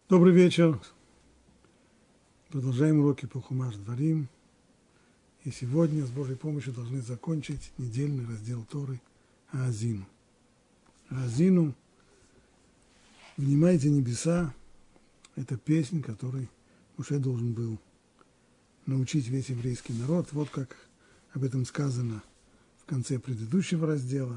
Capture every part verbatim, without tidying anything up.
Добрый вечер. Продолжаем уроки по Хумаш Дварим. И сегодня с Божьей помощью должны закончить недельный раздел Торы Аазину. Аазину, внимайте небеса, это песнь, которой Моше должен был научить весь еврейский народ. Вот как об этом сказано в конце предыдущего раздела.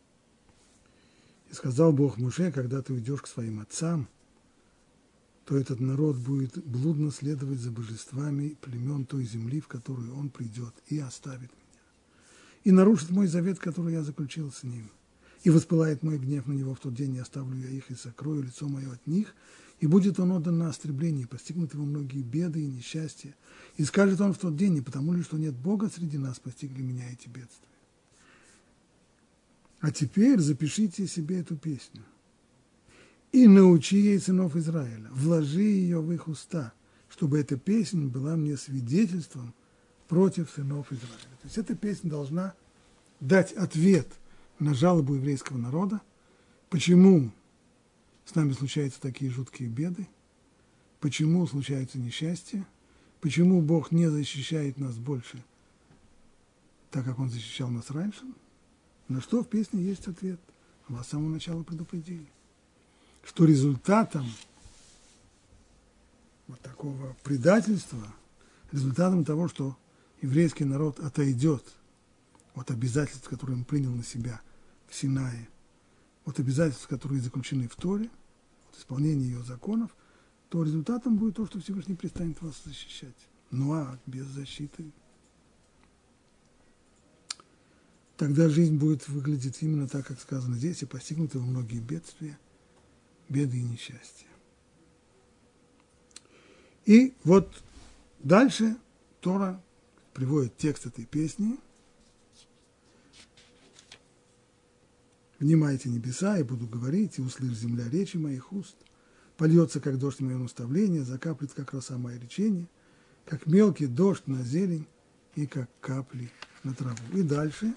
И сказал Бог Моше: когда ты уйдешь к своим отцам, то этот народ будет блудно следовать за божествами племен той земли, в которую он придет, и оставит меня. И нарушит мой завет, который я заключил с ним. И воспылает мой гнев на него в тот день, и оставлю я их, и сокрою лицо мое от них, и будет он отдан на истребление, и постигнут его многие беды и несчастья. И скажет он в тот день: не потому ли, что нет Бога среди нас, постигли меня эти бедствия. А теперь запишите себе эту песню. И научи ей сынов Израиля, вложи ее в их уста, чтобы эта песня была мне свидетельством против сынов Израиля. То есть эта песня должна дать ответ на жалобу еврейского народа, почему с нами случаются такие жуткие беды, почему случаются несчастья, почему Бог не защищает нас больше, так как Он защищал нас раньше, на что в песне есть ответ. Вас с самого начала предупредили, что результатом вот такого предательства, результатом того, что еврейский народ отойдет от обязательств, которые он принял на себя в Синае, от обязательств, которые заключены в Торе, от исполнения ее законов, то результатом будет то, что Всевышний перестанет вас защищать. Ну а без защиты тогда жизнь будет выглядеть именно так, как сказано здесь, и постигнут его многие бедствия, беды и несчастья. И вот дальше Тора приводит текст этой песни. «Внимайте небеса, и буду говорить, и услышь земля речи моих уст. Польется, как дождь мое наставление, закаплет, как роса мое речение, как мелкий дождь на зелень и как капли на траву». И дальше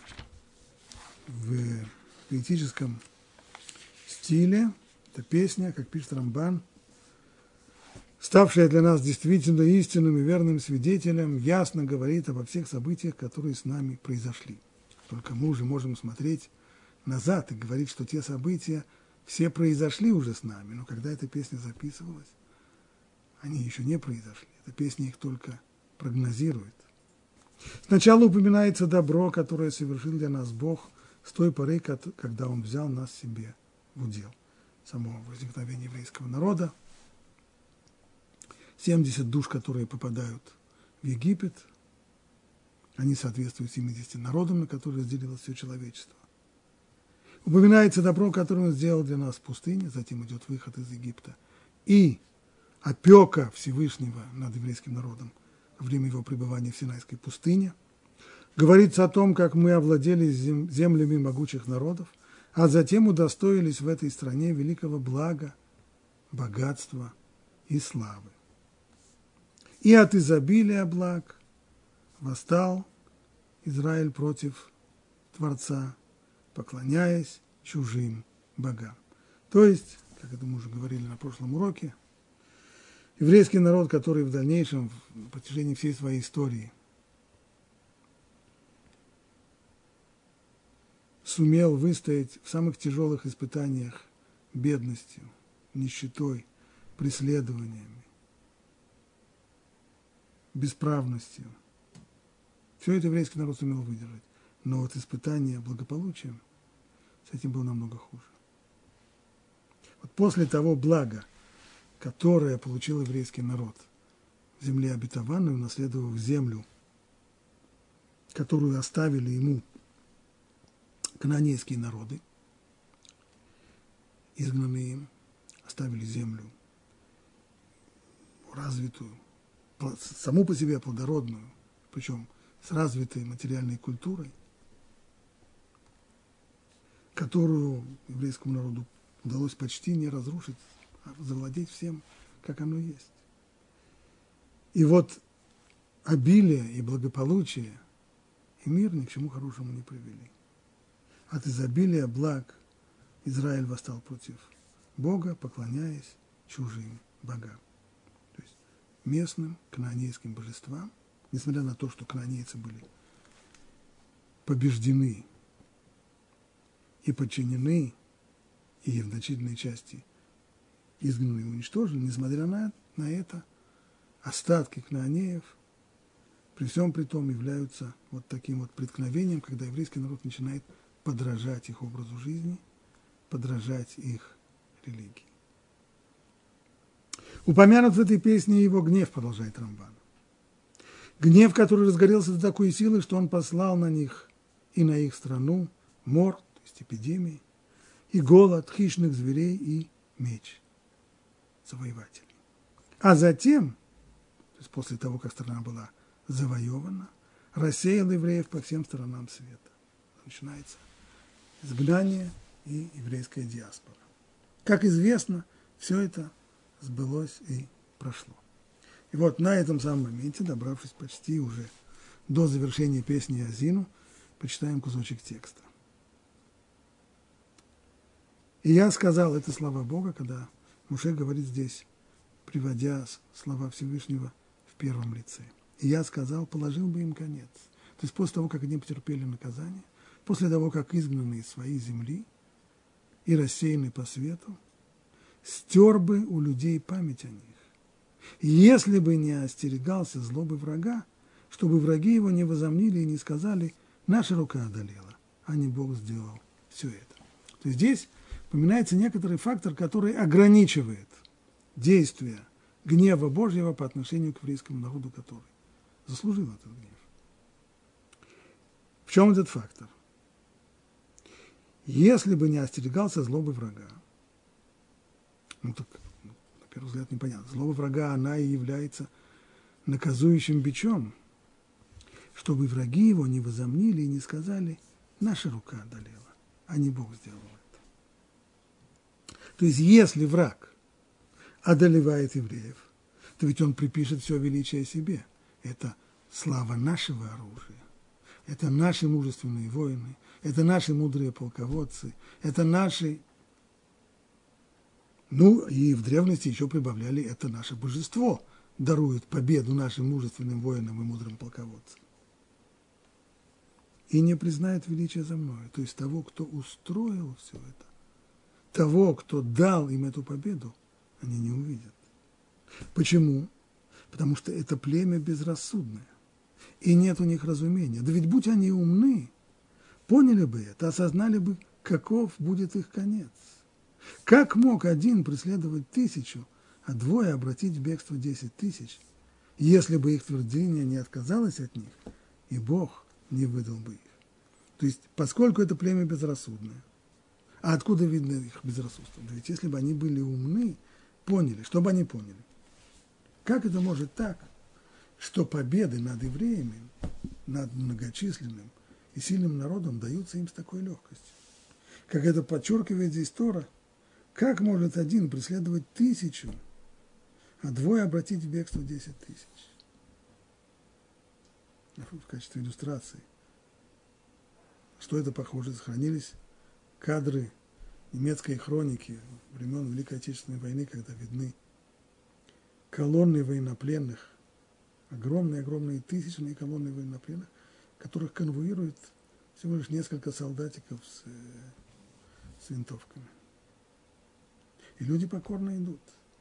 в поэтическом стиле эта песня, как пишет Рамбан, ставшая для нас действительно истинным и верным свидетелем, ясно говорит обо всех событиях, которые с нами произошли. Только мы уже можем смотреть назад и говорить, что те события все произошли уже с нами, но когда эта песня записывалась, они еще не произошли. Эта песня их только прогнозирует. Сначала упоминается добро, которое совершил для нас Бог с той поры, когда Он взял нас себе в удел. Само возникновение еврейского народа, семьдесят душ, которые попадают в Египет, они соответствуют семидесяти народам, на которые разделилось все человечество. Упоминается добро, которое Он сделал для нас в пустыне, затем идет выход из Египта, и опека Всевышнего над еврейским народом во время его пребывания в Синайской пустыне. Говорится о том, как мы овладели землями могучих народов, а затем удостоились в этой стране великого блага, богатства и славы. И от изобилия благ восстал Израиль против Творца, поклоняясь чужим богам. То есть, как это мы уже говорили на прошлом уроке, еврейский народ, который в дальнейшем, в протяжении всей своей истории, сумел выстоять в самых тяжелых испытаниях бедностью, нищетой, преследованиями, бесправностью. Все это еврейский народ сумел выдержать. Но вот испытание благополучием, с этим было намного хуже. Вот после того блага, которое получил еврейский народ в земле обетованной, унаследовав землю, которую оставили ему кананейские народы, изгнанные им, оставили землю развитую, саму по себе плодородную, причем с развитой материальной культурой, которую еврейскому народу удалось почти не разрушить, а завладеть всем, как оно есть. И вот обилие и благополучие и мир ни к чему хорошему не привели. От изобилия благ Израиль восстал против Бога, поклоняясь чужим богам, то есть местным кнаанейским божествам, несмотря на то, что кнаанейцы были побеждены и подчинены, и в значительной части изгнаны и уничтожены, несмотря на, на это, остатки кнаанеев при всем при том являются вот таким вот преткновением, когда еврейский народ начинает подражать их образу жизни, подражать их религии. Упомянут в этой песне его гнев, продолжает Рамбан. Гнев, который разгорелся до такой силы, что он послал на них и на их страну мор, то есть эпидемии, и голод хищных зверей и меч завоевателей. А затем, то есть после того, как страна была завоевана, рассеял евреев по всем сторонам света. Начинается изгнание и еврейская диаспора. Как известно, все это сбылось и прошло. И вот на этом самом моменте, добравшись почти уже до завершения песни Азину, почитаем кусочек текста. И я сказал, это слова Бога, когда Моше говорит здесь, приводя слова Всевышнего в первом лице. И я сказал, положил бы им конец. То есть после того, как они потерпели наказание, после того, как изгнаны из своей земли и рассеяны по свету, стер бы у людей память о них. Если бы не остерегался злобы врага, чтобы враги его не возомнили и не сказали, наша рука одолела, а не Бог сделал все это. То есть здесь упоминается некоторый фактор, который ограничивает действия гнева Божьего по отношению к еврейскому народу, который заслужил этот гнев. В чем этот фактор? Если бы не остерегался злобы врага, ну так, на первый взгляд, непонятно. Злоба врага, она и является наказующим бичом, чтобы враги его не возомнили и не сказали, наша рука одолела, а не Бог сделал это. То есть, если враг одолевает евреев, то ведь он припишет все величие себе. Это слава нашего оружия, это наши мужественные воины, это наши мудрые полководцы, это наши... Ну, и в древности еще прибавляли, это наше божество дарует победу нашим мужественным воинам и мудрым полководцам. И не признает величия за мною, то есть того, кто устроил все это, того, кто дал им эту победу, они не увидят. Почему? Потому что это племя безрассудное, и нет у них разумения. Да ведь будь они умны, поняли бы это, осознали бы, каков будет их конец. Как мог один преследовать тысячу, а двое обратить в бегство десять тысяч, если бы их твердыня не отказалась от них, и Бог не выдал бы их? То есть, поскольку это племя безрассудное, а откуда видно их безрассудство? Да ведь если бы они были умны, поняли, что бы они поняли? Как это может так, что победы над евреями, над многочисленным и сильным народом даются им с такой легкостью? Как это подчеркивает здесь Тора, как может один преследовать тысячу, а двое обратить в бегство десять тысяч? В качестве иллюстрации. Что это похоже? Сохранились кадры немецкой хроники времен Великой Отечественной войны, когда видны колонны военнопленных, огромные-огромные тысячные колонны военнопленных, которых конвоирует всего лишь несколько солдатиков с, с винтовками. И люди покорно идут.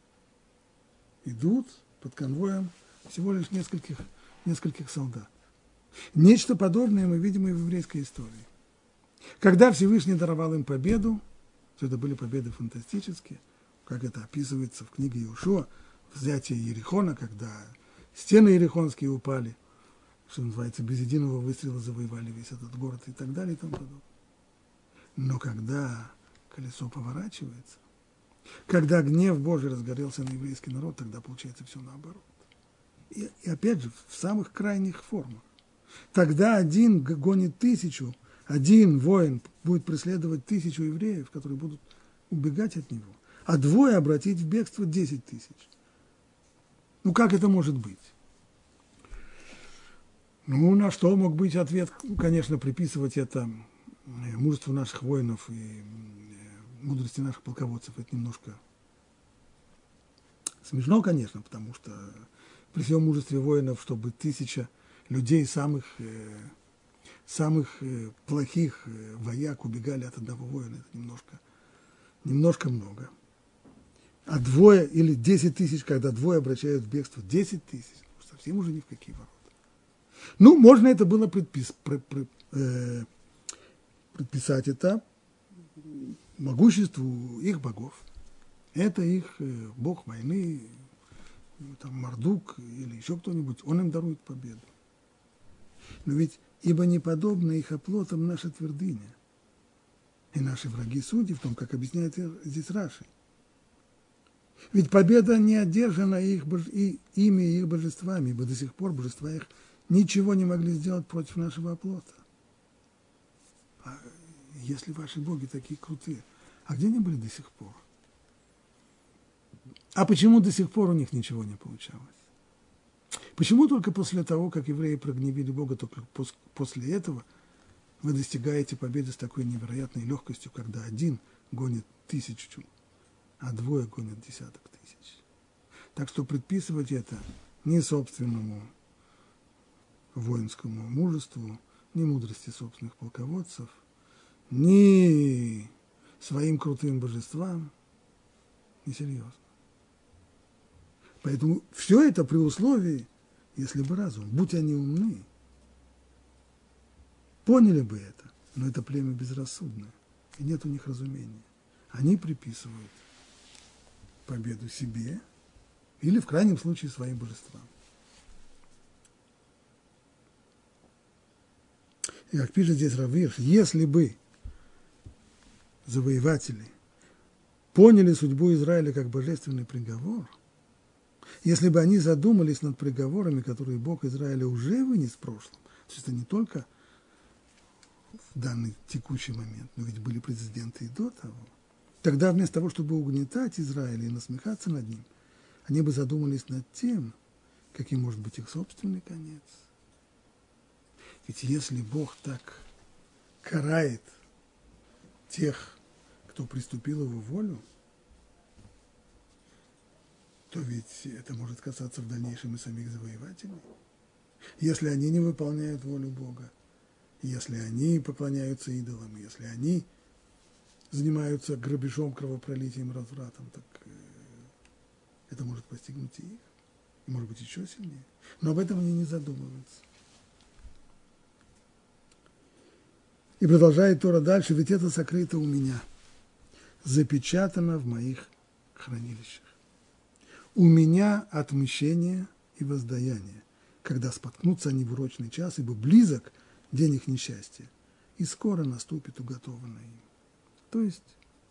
Идут под конвоем всего лишь нескольких, нескольких солдат. Нечто подобное мы видим и в еврейской истории. Когда Всевышний даровал им победу, все это были победы фантастические, как это описывается в книге Иошуа, взятие Иерихона, когда стены иерихонские упали, что называется, без единого выстрела завоевали весь этот город и так далее и тому подобное. Но когда колесо поворачивается, когда гнев Божий разгорелся на еврейский народ, тогда получается все наоборот. И, и опять же, в самых крайних формах. Тогда один гонит тысячу, один воин будет преследовать тысячу евреев, которые будут убегать от него, а двое обратить в бегство десять тысяч. Ну, как это может быть? Ну, на что мог быть ответ? Ну, конечно, приписывать это мужеству наших воинов и мудрости наших полководцев. Это немножко Смешно, конечно, потому что при всем мужестве воинов, чтобы тысяча людей самых, э, самых э, плохих э, вояк убегали от одного воина, это немножко, немножко много. А двое или десять тысяч, когда двое обращают в бегство, десять тысяч, совсем уже ни в какие ворота. Ну, можно это было предпис, про, про, э, предписать это могуществу их богов. Это их э, бог войны, там, Мардук или еще кто-нибудь, он им дарует победу. Но ведь ибо не подобно их оплотам наша твердыня. И наши враги судьи в том, как объясняет здесь Раши. Ведь победа не одержана их, и ими и их божествами, ибо до сих пор божества их ничего не могли сделать против нашего оплота. А если ваши боги такие крутые, а где они были до сих пор? А почему до сих пор у них ничего не получалось? Почему только после того, как евреи прогневили Бога, только после этого вы достигаете победы с такой невероятной легкостью, когда один гонит тысячу, а двое гонят десяток тысяч? Так что предписывать это ни собственному воинскому мужеству, ни мудрости собственных полководцев, ни своим крутым божествам несерьезно. Поэтому все это при условии, если бы разум, будь они умны, поняли бы это, но это племя безрассудное, и нет у них разумения. Они приписывают победу себе или, в крайнем случае, своим божествам. И как пишет здесь Рав Ирш, если бы завоеватели поняли судьбу Израиля как божественный приговор, если бы они задумались над приговорами, которые Бог Израиля уже вынес в прошлом, то есть это не только в данный текущий момент, но ведь были президенты и до того, тогда вместо того, чтобы угнетать Израиль и насмехаться над ним, они бы задумались над тем, каким может быть их собственный конец. Ведь если Бог так карает тех, кто приступил его волю, то ведь это может касаться в дальнейшем и самих завоевателей. Если они не выполняют волю Бога, если они поклоняются идолам, если они занимаются грабежом, кровопролитием, развратом, так это может постигнуть и их, и может быть еще сильнее. Но об этом они не задумываются. И продолжает Тора дальше, ведь это сокрыто у меня, запечатано в моих хранилищах. У меня отмщение и воздаяние, когда споткнутся они в урочный час, ибо близок день их несчастья, и скоро наступит уготованное им. То есть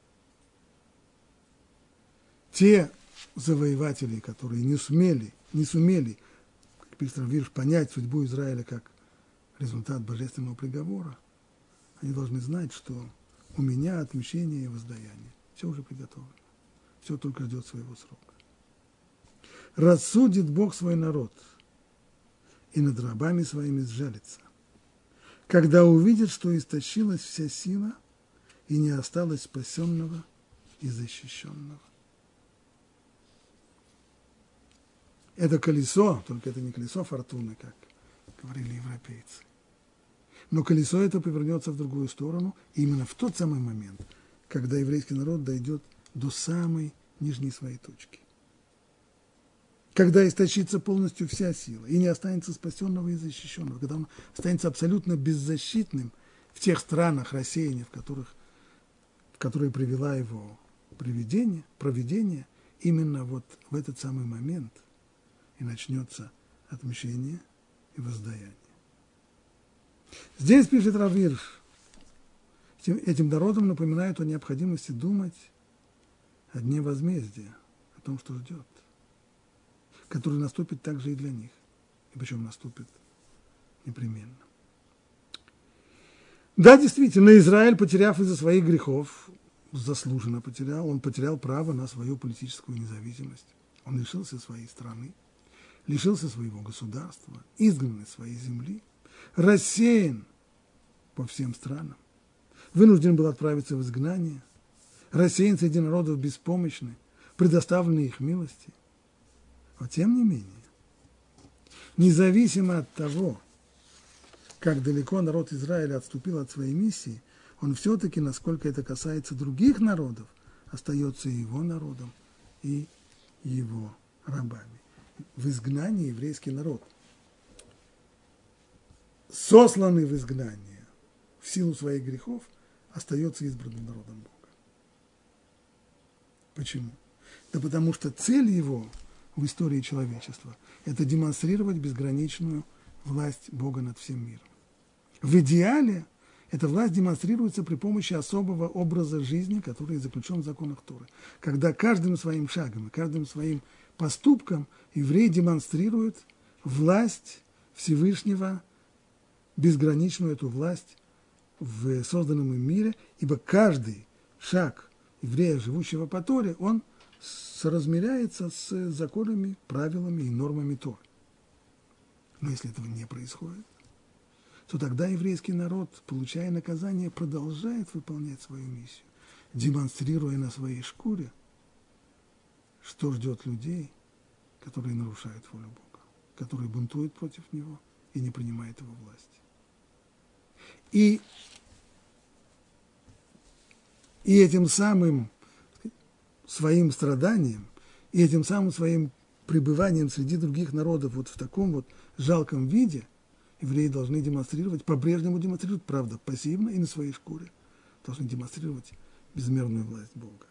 те завоеватели, которые не сумели, не сумели, как пишет Рав Ирш, понять судьбу Израиля как результат божественного приговора, они должны знать, что у меня отмщение и воздаяние. Все уже приготовлено. Все только ждет своего срока. Рассудит Бог свой народ и над рабами своими сжалится, когда увидит, что истощилась вся сила и не осталось спасенного и защищенного. Это колесо, только это не колесо фортуны, как говорили европейцы. Но колесо это повернется в другую сторону именно в тот самый момент, когда еврейский народ дойдет до самой нижней своей точки. Когда истощится полностью вся сила, и не останется спасенного и защищенного, когда он останется абсолютно беззащитным в тех странах рассеяния, в которых, в которые привела его провидение, провидение, именно вот в этот самый момент и начнется отмщение и воздаяние. Здесь пишет Рав Ирш, этим, этим народам напоминают о необходимости думать о дне возмездия, о том, что ждет, который наступит также и для них, и причем наступит непременно. Да, действительно, Израиль, потеряв из-за своих грехов, заслуженно потерял, он потерял право на свою политическую независимость. Он лишился своей страны, лишился своего государства, изгнан из своей земли, рассеян по всем странам, вынужден был отправиться в изгнание, рассеян среди народов беспомощный, предоставленный их милости. Но тем не менее, независимо от того, как далеко народ Израиля отступил от своей миссии, он все-таки, насколько это касается других народов, остается его народом и его рабами. В изгнании еврейский народ, сосланный в изгнание в силу своих грехов, остается избранным народом Бога. Почему? Да потому что цель его в истории человечества – это демонстрировать безграничную власть Бога над всем миром. В идеале эта власть демонстрируется при помощи особого образа жизни, который заключен в законах Торы. Когда каждым своим шагом и каждым своим поступком еврей демонстрирует власть Всевышнего, безграничную эту власть в созданном им мире, ибо каждый шаг еврея, живущего по Торе, он соразмеряется с законами, правилами и нормами Торы. Но если этого не происходит, то тогда еврейский народ, получая наказание, продолжает выполнять свою миссию, демонстрируя на своей шкуре, что ждет людей, которые нарушают волю Бога, которые бунтуют против Него и не принимают Его власти. И, и этим самым своим страданием, и этим самым своим пребыванием среди других народов вот в таком вот жалком виде евреи должны демонстрировать, по-прежнему демонстрировать, правда, пассивно и на своей шкуре, должны демонстрировать безмерную власть Бога.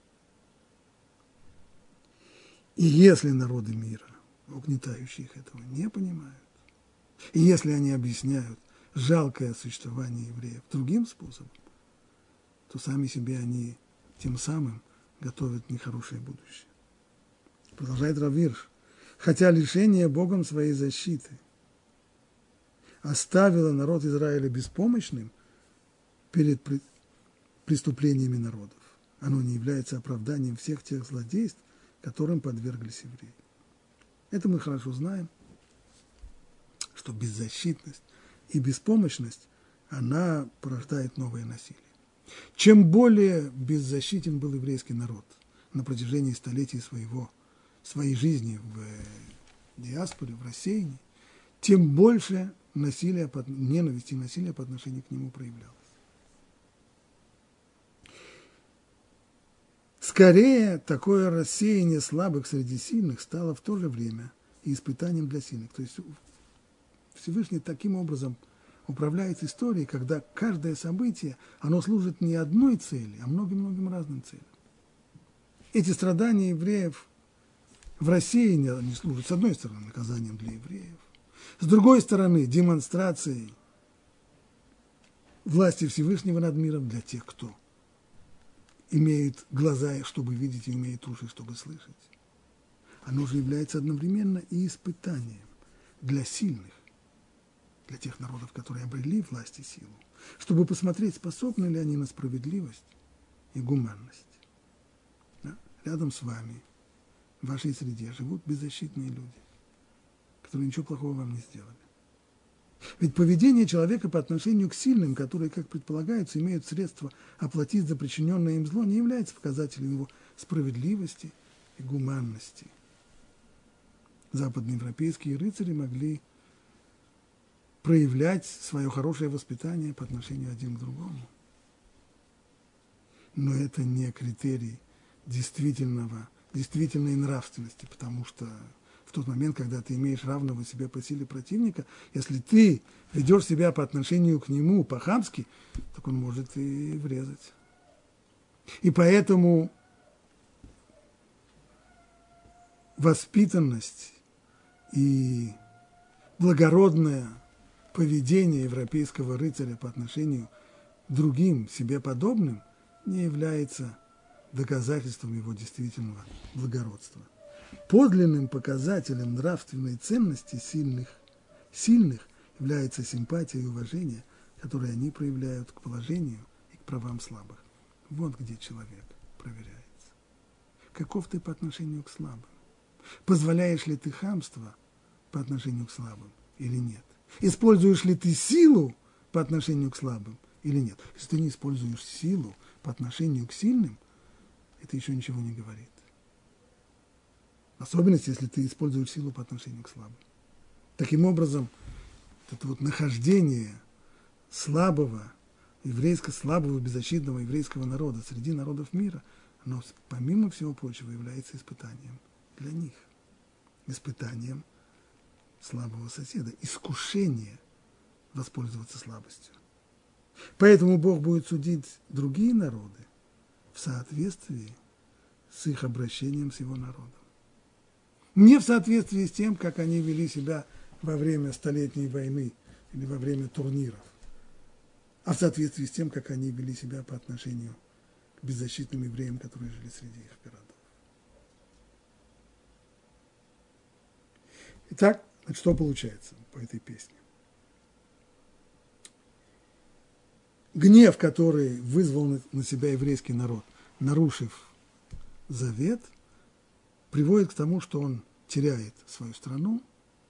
И если народы мира, угнетающие их, этого не понимают, и если они объясняют жалкое существование евреев другим способом, то сами себе они тем самым готовят нехорошее будущее. Продолжает Рав Ирш. Хотя лишение Богом своей защиты оставило народ Израиля беспомощным перед преступлениями народов, оно не является оправданием всех тех злодейств, которым подверглись евреи. Это мы хорошо знаем, что беззащитность и беспомощность, она порождает новое насилие. Чем более беззащитен был еврейский народ на протяжении столетий своего, своей жизни в диаспоре, в рассеянии, тем больше насилия, ненависти и насилия по отношению к нему проявлялось. Скорее, такое рассеяние слабых среди сильных стало в то же время и испытанием для сильных. То есть Всевышний таким образом управляет историей, когда каждое событие, оно служит не одной цели, а многим-многим разным целям. Эти страдания евреев в рассеянии, они служат, с одной стороны, наказанием для евреев, с другой стороны, демонстрацией власти Всевышнего над миром для тех, кто имеет глаза, чтобы видеть, и имеет уши, чтобы слышать. Оно же является одновременно и испытанием для сильных, для тех народов, которые обрели власть и силу, чтобы посмотреть, способны ли они на справедливость и гуманность. Да? Рядом с вами, в вашей среде, живут беззащитные люди, которые ничего плохого вам не сделали. Ведь поведение человека по отношению к сильным, которые, как предполагается, имеют средства оплатить за причиненное им зло, не является показателем его справедливости и гуманности. Западноевропейские рыцари могли проявлять свое хорошее воспитание по отношению один к другому. Но это не критерий действительного, действительной нравственности, потому что в тот момент, когда ты имеешь равного себе по силе противника, если ты ведешь себя по отношению к нему по-хамски, так он может и врезать. И поэтому воспитанность и благородное поведение европейского рыцаря по отношению к другим себе подобным не является доказательством его действительного благородства. Подлинным показателем нравственной ценности сильных, сильных является симпатия и уважение, которые они проявляют к положению и к правам слабых. Вот где человек проверяется. Каков ты по отношению к слабым? Позволяешь ли ты хамство по отношению к слабым или нет? Используешь ли ты силу по отношению к слабым или нет? Если ты не используешь силу по отношению к сильным, это еще ничего не говорит. В особенности, если ты используешь силу по отношению к слабым. Таким образом, это вот нахождение слабого, еврейского, слабого, беззащитного еврейского народа среди народов мира, оно, помимо всего прочего, является испытанием для них. Испытанием слабого соседа, искушение воспользоваться слабостью. Поэтому Бог будет судить другие народы в соответствии с их обращением с его народом. Не в соответствии с тем, как они вели себя во время Столетней войны или во время турниров, а в соответствии с тем, как они вели себя по отношению к беззащитным евреям, которые жили среди их городов. Итак, что получается по этой песне? Гнев, который вызвал на себя еврейский народ, нарушив завет, приводит к тому, что он теряет свою страну,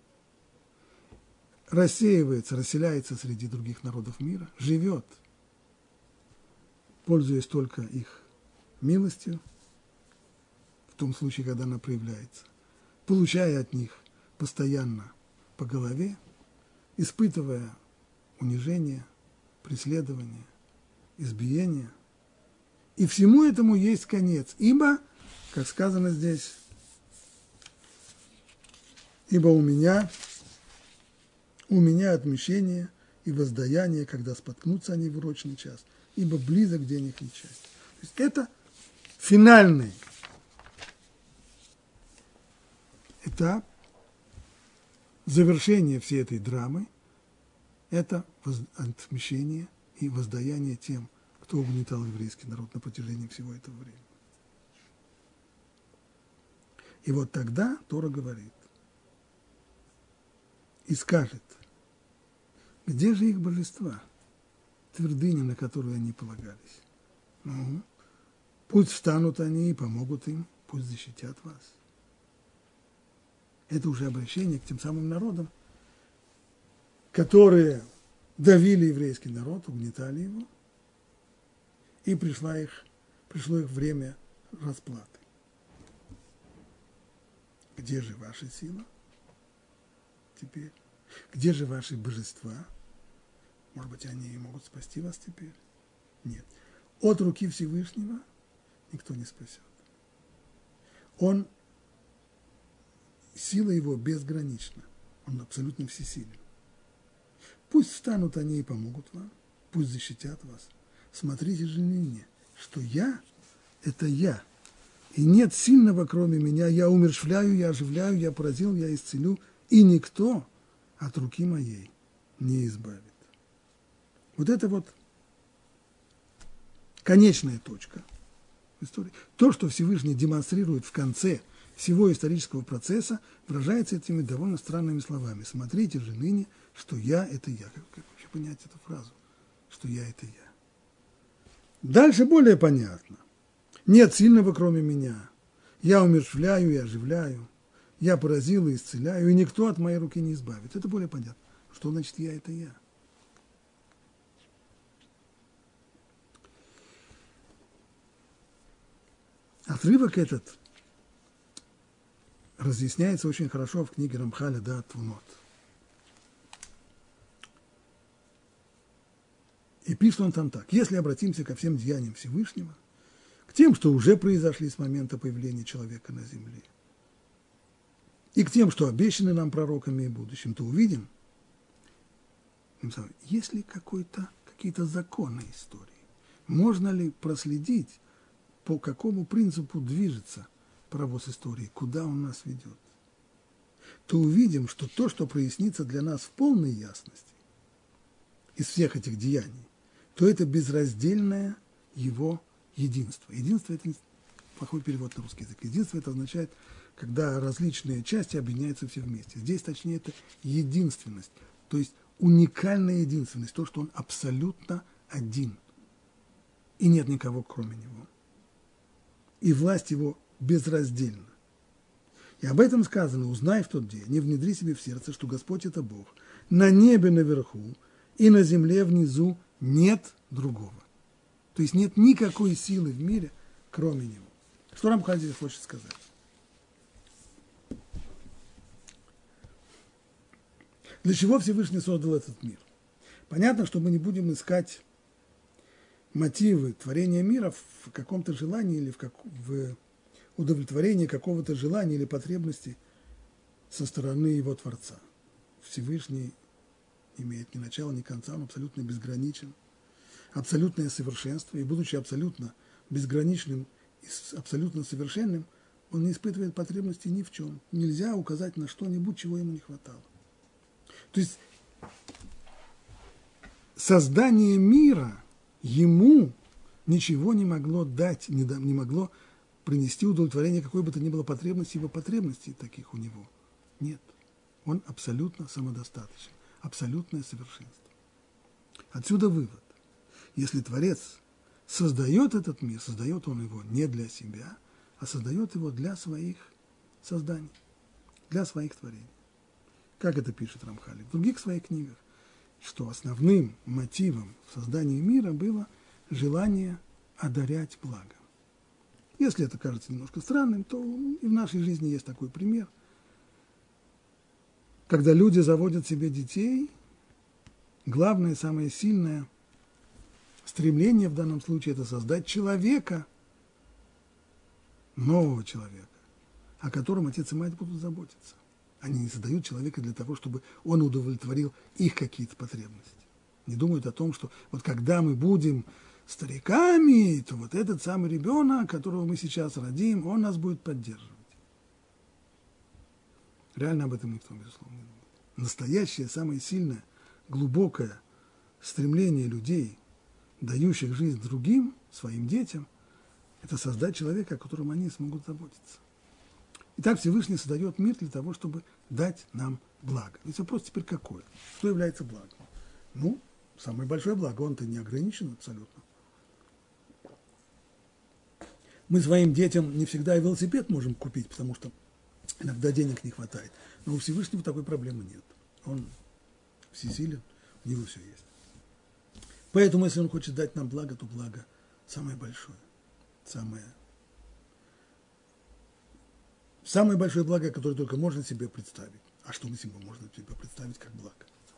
рассеивается, расселяется среди других народов мира, живет, пользуясь только их милостью, в том случае, когда она проявляется, получая от них постоянно по голове, испытывая унижение, преследование, избиение. И всему этому есть конец, ибо, как сказано здесь, ибо у меня, у меня отмщение и воздаяние, когда споткнутся они в урочный час, ибо близок день их несчастья. То есть это финальный этап завершения всей этой драмы, это отмщение и воздаяние тем, кто угнетал еврейский народ на протяжении всего этого времени. И вот тогда Тора говорит и скажет, где же их божества, твердыня, на которую они полагались? Ну, пусть встанут они и помогут им, пусть защитят вас. Это уже обращение к тем самым народам, которые давили еврейский народ, угнетали его, и пришло их, пришло их время расплаты. Где же ваша сила теперь? Где же ваши божества? Может быть, они могут спасти вас теперь? Нет. От руки Всевышнего никто не спасет. Он, сила его безгранична, он абсолютно всесилен. Пусть встанут они и помогут вам, пусть защитят вас. Смотрите же ныне, что я – это я, и нет сильного, кроме меня. Я умерщвляю, я оживляю, я поразил, я исцелю, и никто от руки моей не избавит. Вот это вот конечная точка в истории. То, что Всевышний демонстрирует в конце всего исторического процесса, выражается этими довольно странными словами. Смотрите же ныне, что я – это я. Как, как вообще понять эту фразу? Что я – это я. Дальше более понятно. Нет сильного, кроме меня. Я умерщвляю и оживляю. Я поразил и исцеляю, и никто от моей руки не избавит. Это более понятно. Что значит я – это я? Отрывок этот разъясняется очень хорошо в книге Рамхаля «Даат Твунот». И пишет он там так. Если обратимся ко всем деяниям Всевышнего, к тем, что уже произошли с момента появления человека на земле, и к тем, что обещаны нам пророками и будущим, то увидим, есть ли какой-то, какие-то законы истории. Можно ли проследить, по какому принципу движется паровоз истории, куда он нас ведет, то увидим, что то, что прояснится для нас в полной ясности из всех этих деяний, то это безраздельное его единство. Единство – это плохой перевод на русский язык. Единство – это означает, когда различные части объединяются все вместе. Здесь, точнее, это единственность, то есть уникальная единственность, то, что он абсолютно один, и нет никого, кроме него. И власть его безраздельна. И об этом сказано: узнай в тот день, не внедри себе в сердце, что Господь – это Бог. На небе наверху и на земле внизу нет другого. То есть нет никакой силы в мире, кроме него. Что Рамхаль здесь хочет сказать? Для чего Всевышний создал этот мир? Понятно, что мы не будем искать мотивы творения мира в каком-то желании или в, как, в удовлетворении какого-то желания или потребности со стороны его Творца. Всевышний имеет ни начала, ни конца, он абсолютно безграничен, абсолютное совершенство, и будучи абсолютно безграничным и абсолютно совершенным, он не испытывает потребности ни в чем. Нельзя указать на что-нибудь, чего ему не хватало. То есть создание мира ему ничего не могло дать, не, да, не могло принести удовлетворение какой бы то ни было потребности, его потребностей таких у него нет. Он абсолютно самодостаточен, абсолютное совершенство. Отсюда вывод. Если Творец создает этот мир, создает он его не для себя, а создает его для своих созданий, для своих творений. Как это пишет Рамхаль в других своих книгах, что основным мотивом в создании мира было желание одарять благом. Если это кажется немножко странным, то и в нашей жизни есть такой пример. Когда люди заводят себе детей, главное, самое сильное стремление в данном случае – это создать человека, нового человека, о котором отец и мать будут заботиться. Они не создают человека для того, чтобы он удовлетворил их какие-то потребности. Не думают о том, что вот когда мы будем стариками, то вот этот самый ребенок, которого мы сейчас родим, он нас будет поддерживать. Реально об этом никто, безусловно, не думает. Настоящее, самое сильное, глубокое стремление людей, дающих жизнь другим, своим детям, это создать человека, о котором они смогут заботиться. Итак, Всевышний создает мир для того, чтобы дать нам благо. Ведь вопрос теперь какой? Что является благом? Ну, самое большое благо, он-то не ограничен абсолютно. Мы своим детям не всегда и велосипед можем купить, потому что иногда денег не хватает. Но у Всевышнего такой проблемы нет. Он всесилен, у него все есть. Поэтому, если он хочет дать нам благо, то благо самое большое. Самое, самое большое благо, которое только можно себе представить. А что мы себе можем себе представить как благо?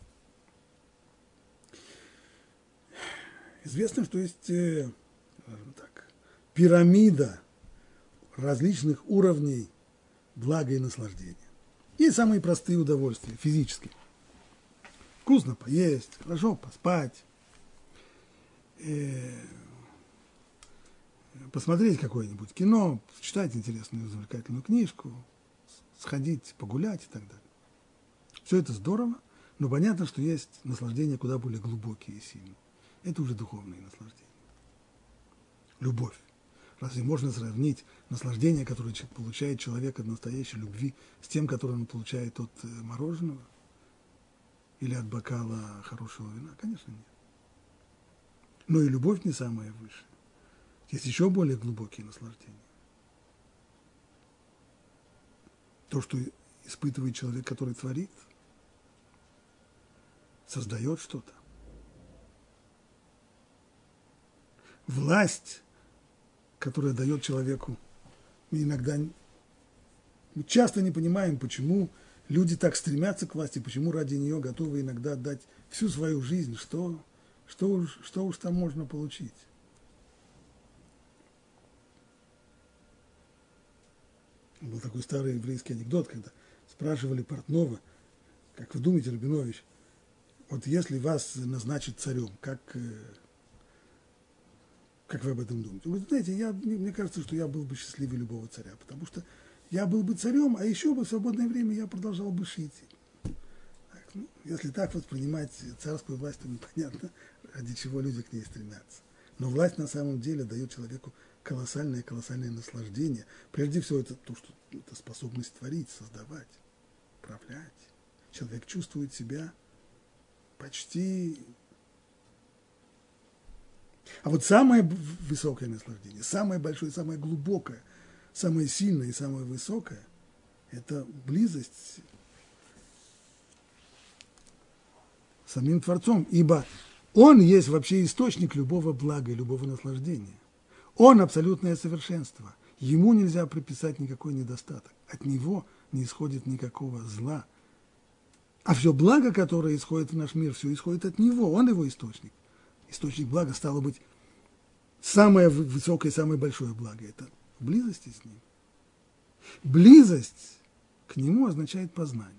Известно, что есть э, так, пирамида различных уровней блага и наслаждения. Есть самые простые удовольствия, физические. Вкусно поесть, хорошо поспать, э, посмотреть какое-нибудь кино, читать интересную развлекательную книжку, сходить, погулять и так далее. Все это здорово, но понятно, что есть наслаждения куда более глубокие и сильные. Это уже духовные наслаждения. Любовь. Разве можно сравнить наслаждение, которое получает человек от настоящей любви, с тем, которое он получает от мороженого или от бокала хорошего вина? Конечно, нет. Но и любовь не самая высшая. Есть еще более глубокие наслаждения. То, что испытывает человек, который творит, создает что-то. Власть, которая дает человеку, мы иногда, мы часто не понимаем, почему люди так стремятся к власти, почему ради нее готовы иногда отдать всю свою жизнь, что, что, уж, что уж там можно получить. Был такой старый еврейский анекдот, когда спрашивали портного, как вы думаете, Рабинович, вот если вас назначат царем, как, как вы об этом думаете? Он говорит, знаете, я, мне кажется, что я был бы счастливее любого царя, потому что я был бы царем, а еще бы в свободное время я продолжал бы шить. Так, ну, если так воспринимать царскую власть, то непонятно, ради чего люди к ней стремятся. Но власть на самом деле дает человеку колоссальное, колоссальное наслаждение. Прежде всего, это то, что это способность творить, создавать, управлять. Человек чувствует себя почти... А вот самое высокое наслаждение, самое большое, самое глубокое, самое сильное и самое высокое – это близость с самим Творцом, ибо Он есть вообще источник любого блага и любого наслаждения. Он абсолютное совершенство. Ему нельзя приписать никакой недостаток. От него не исходит никакого зла А все благо, которое исходит в наш мир, все исходит от Него, Он его источник. Источник блага, стало быть, самое высокое, самое большое благо – это в близости с Ним. Близость к Нему означает познание.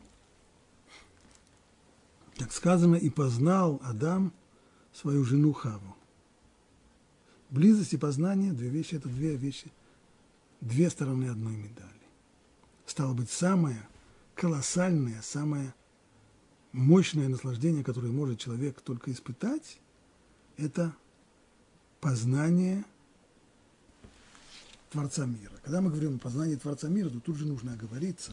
Как сказано, и познал Адам свою жену Хаву. Близость и познание – две вещи, это две вещи, две стороны одной медали. Стало быть, самое колоссальное, самое мощное наслаждение, которое может человек только испытать, это познание Творца мира. Когда мы говорим о познании Творца мира, то тут же нужно оговориться.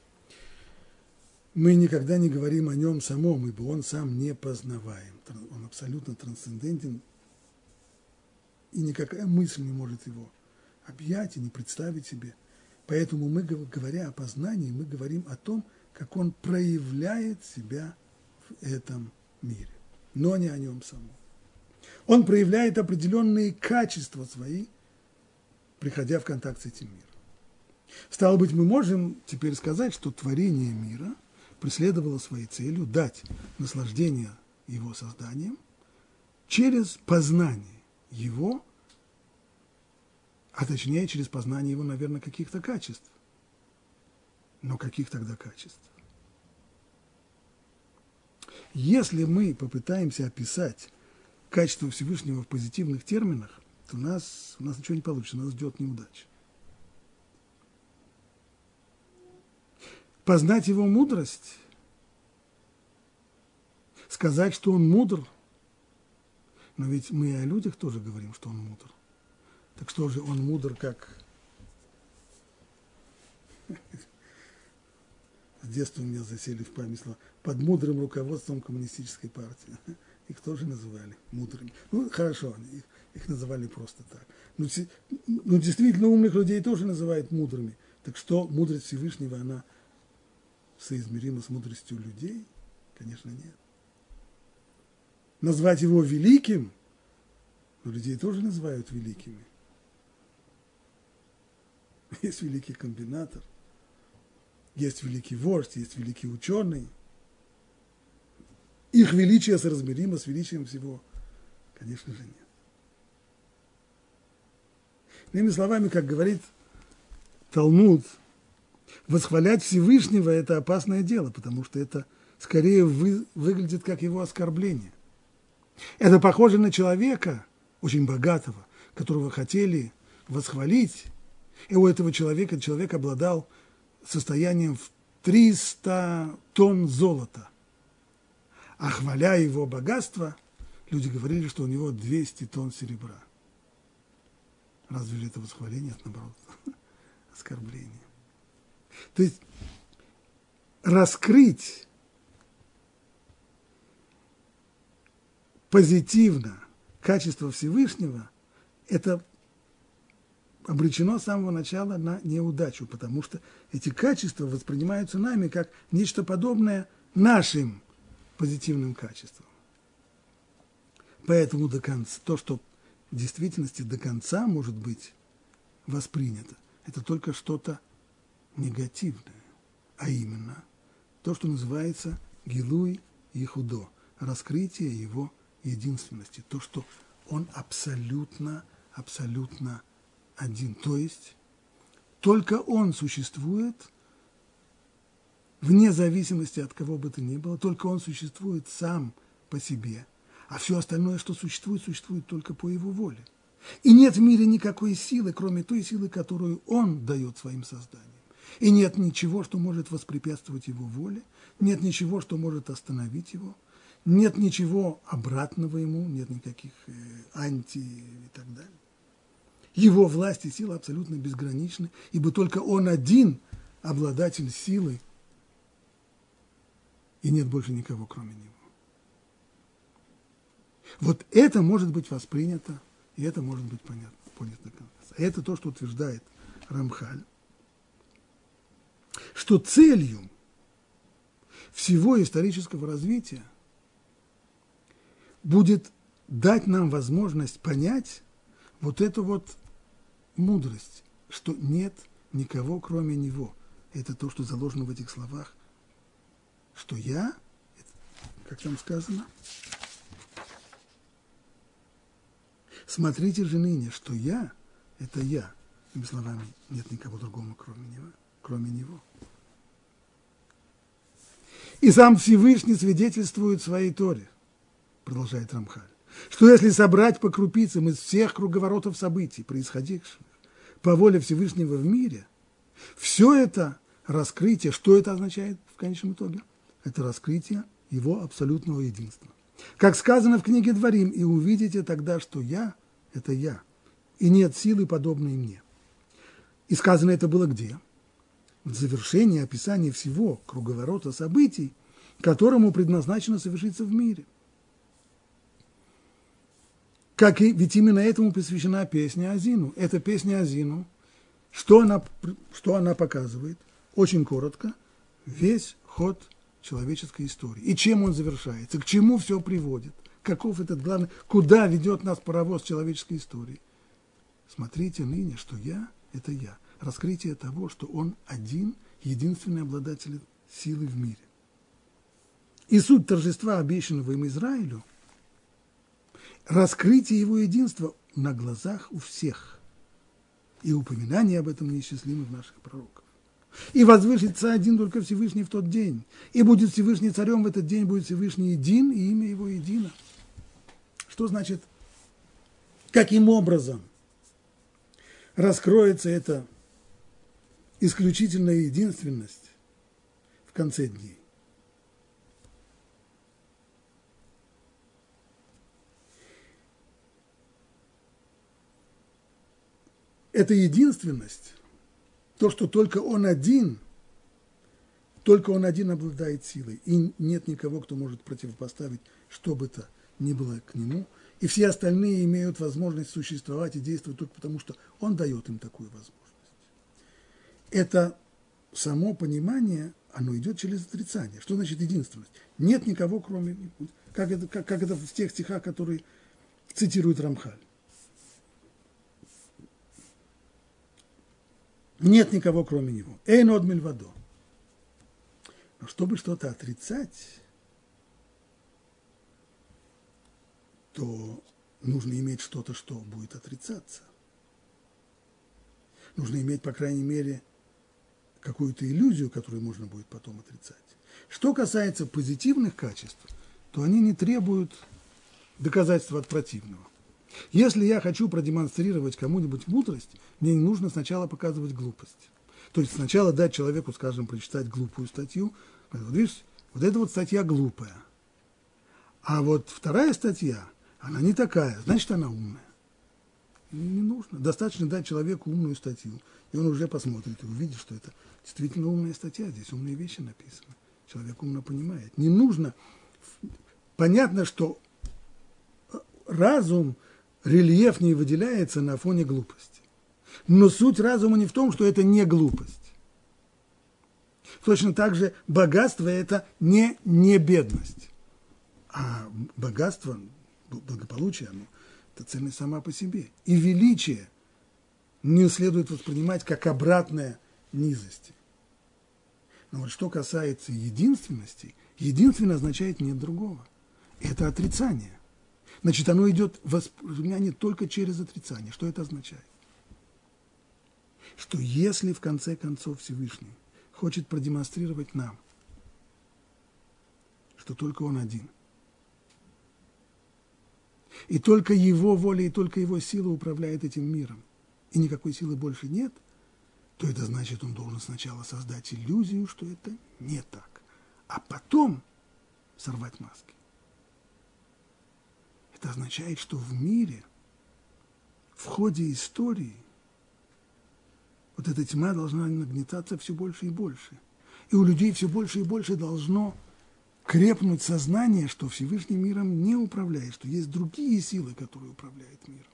Мы никогда не говорим о нем самом, ибо он сам не познаваем. Он абсолютно трансцендентен, и никакая мысль не может его объять и не представить себе. Поэтому мы, говоря о познании, мы говорим о том, как он проявляет себя в этом мире, но не о нем самом. Он проявляет определенные качества свои, приходя в контакт с этим миром. Стало быть, мы можем теперь сказать, что творение мира преследовало своей целью дать наслаждение его созданием через познание его, а точнее через познание его, наверное, каких-то качеств. Но каких тогда качеств? Если мы попытаемся описать качество Всевышнего в позитивных терминах, то у нас, у нас ничего не получится, нас ждет неудача. Познать его мудрость, сказать, что он мудр, но ведь мы и о людях тоже говорим, что он мудр. Так что же он мудр, как с детства у меня засели в память слова, под мудрым руководством коммунистической партии. Их тоже называли мудрыми. Ну, хорошо, их, их называли просто так. Но, но действительно умных людей тоже называют мудрыми. Так что мудрость Всевышнего, она соизмерима с мудростью людей? Конечно, нет. Назвать его великим, но людей тоже называют великими. Есть великий комбинатор, есть великий вождь, есть великий ученый. Их величие соразмеримо с величием всего? Конечно же, нет. Иными словами, как говорит Талмуд, восхвалять Всевышнего – это опасное дело, потому что это скорее вы, выглядит как его оскорбление. Это похоже на человека, очень богатого, которого хотели восхвалить, и у этого человека человек обладал состоянием в триста тонн золота. А хваля его богатство, люди говорили, что у него двести тонн серебра. Разве же это восхваление, это наоборот оскорбление? То есть раскрыть позитивно качество Всевышнего, это обречено с самого начала на неудачу, потому что эти качества воспринимаются нами как нечто подобное нашим позитивным качествам. Поэтому до конца, то, что в действительности до конца может быть воспринято, это только что-то негативное, а именно то, что называется гилуй и худо, раскрытие его единственности, то, что он абсолютно, абсолютно один, то есть только он существует вне зависимости от кого бы то ни было, только он существует сам по себе, а все остальное, что существует, существует только по его воле. И нет в мире никакой силы, кроме той силы, которую он дает своим созданиям. И нет ничего, что может воспрепятствовать его воле, нет ничего, что может остановить его, нет ничего обратного ему, нет никаких э, анти и так далее. Его власть и сила абсолютно безграничны, ибо только он один обладатель силы, и нет больше никого, кроме него. Вот это может быть воспринято, и это может быть понятно, понято до конца. Это то, что утверждает Рамхаль, что целью всего исторического развития будет дать нам возможность понять вот эту вот мудрость, что нет никого, кроме него. Это то, что заложено в этих словах, что я, как там сказано, смотрите же ныне, что я – это я. Иными словами, нет никого другого, кроме него. Кроме него. И сам Всевышний свидетельствует в своей Торе, продолжает Рамхаль, что если собрать по крупицам из всех круговоротов событий, происходивших по воле Всевышнего в мире, все это раскрытие, что это означает в конечном итоге? Это раскрытие его абсолютного единства. Как сказано в книге Дворим, и увидите тогда, что я – это я, и нет силы, подобной мне. И сказано это было где? В завершении описания всего круговорота событий, которому предназначено совершиться в мире. Как и, ведь именно этому посвящена песня Азину. Эта песня Азину, что она, что она показывает? Очень коротко, весь ход человеческой истории. И чем он завершается, к чему все приводит, каков этот главный, куда ведет нас паровоз человеческой истории. Смотрите ныне, что я – это я. Раскрытие того, что он один, единственный обладатель силы в мире. И суть торжества, обещанного им Израилю, раскрытие его единства на глазах у всех. И упоминание об этом неисчислимых наших пророков. И возвысится один только Всевышний в тот день. И будет Всевышний царем в этот день, будет Всевышний един, и имя его едино. Что значит, каким образом раскроется эта исключительная единственность в конце дней? Эта единственность, то, что только он один, только он один обладает силой, и нет никого, кто может противопоставить что бы то ни было к нему, и все остальные имеют возможность существовать и действовать только потому, что он дает им такую возможность. Это само понимание, оно идет через отрицание. Что значит единственность? Нет никого, кроме него. Как это, как, как это в тех стихах, которые цитирует Рамхаль. Нет никого, кроме него. Эйн од мильвадо. Но чтобы что-то отрицать, то нужно иметь что-то, что будет отрицаться. Нужно иметь, по крайней мере, какую-то иллюзию, которую можно будет потом отрицать. Что касается позитивных качеств, то они не требуют доказательства от противного. Если я хочу продемонстрировать кому-нибудь мудрость, мне не нужно сначала показывать глупость. То есть сначала дать человеку, скажем, прочитать глупую статью. Вот видишь, вот эта вот статья глупая. А вот вторая статья, она не такая, значит, она умная. Не нужно. Достаточно дать человеку умную статью, и он уже посмотрит и увидит, что это действительно умная статья, здесь умные вещи написаны. Человек умно понимает. Не нужно. Понятно, что разум рельефнее выделяется на фоне глупости. Но суть разума не в том, что это не глупость. Точно так же богатство – это не, не бедность. А богатство, благополучие, оно – это ценность сама по себе. И величие не следует воспринимать как обратное низости. Но вот что касается единственности, единственное означает нет другого. Это отрицание. Значит, оно идет воспринимание только через отрицание. Что это означает? Что если в конце концов Всевышний хочет продемонстрировать нам, что только он один, и только его воля, и только его сила управляет этим миром, и никакой силы больше нет, то это значит, он должен сначала создать иллюзию, что это не так, а потом сорвать маски. Это означает, что в мире, в ходе истории, вот эта тьма должна нагнетаться все больше и больше. И у людей все больше и больше должно крепнуть сознание, что Всевышний миром не управляет, что есть другие силы, которые управляют миром.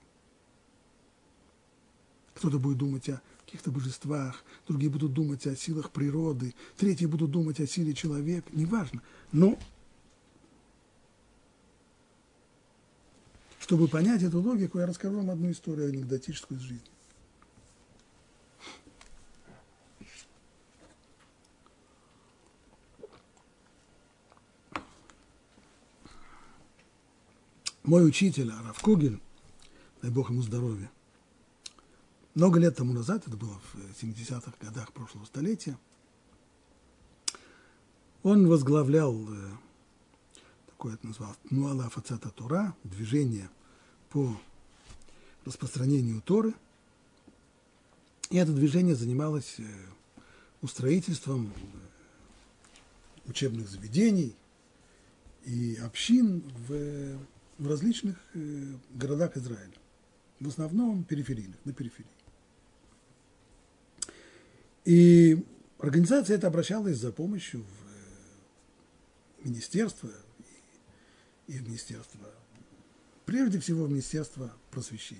Кто-то будет думать о каких-то божествах, другие будут думать о силах природы, третьи будут думать о силе человека, неважно. Но чтобы понять эту логику, я расскажу вам одну историю анекдотическую из жизни. Мой учитель, Рав Кугель, дай Бог ему здоровья, много лет тому назад, это было в семидесятых годах прошлого столетия, он возглавлял, такое это называлось, Тнуала Фацата Тора, движение по распространению Торы. И это движение занималось устроительством учебных заведений и общин в, в различных городах Израиля, в основном периферийных, на периферии. И организация эта обращалась за помощью в министерство и в министерство, прежде всего в Министерство просвещения.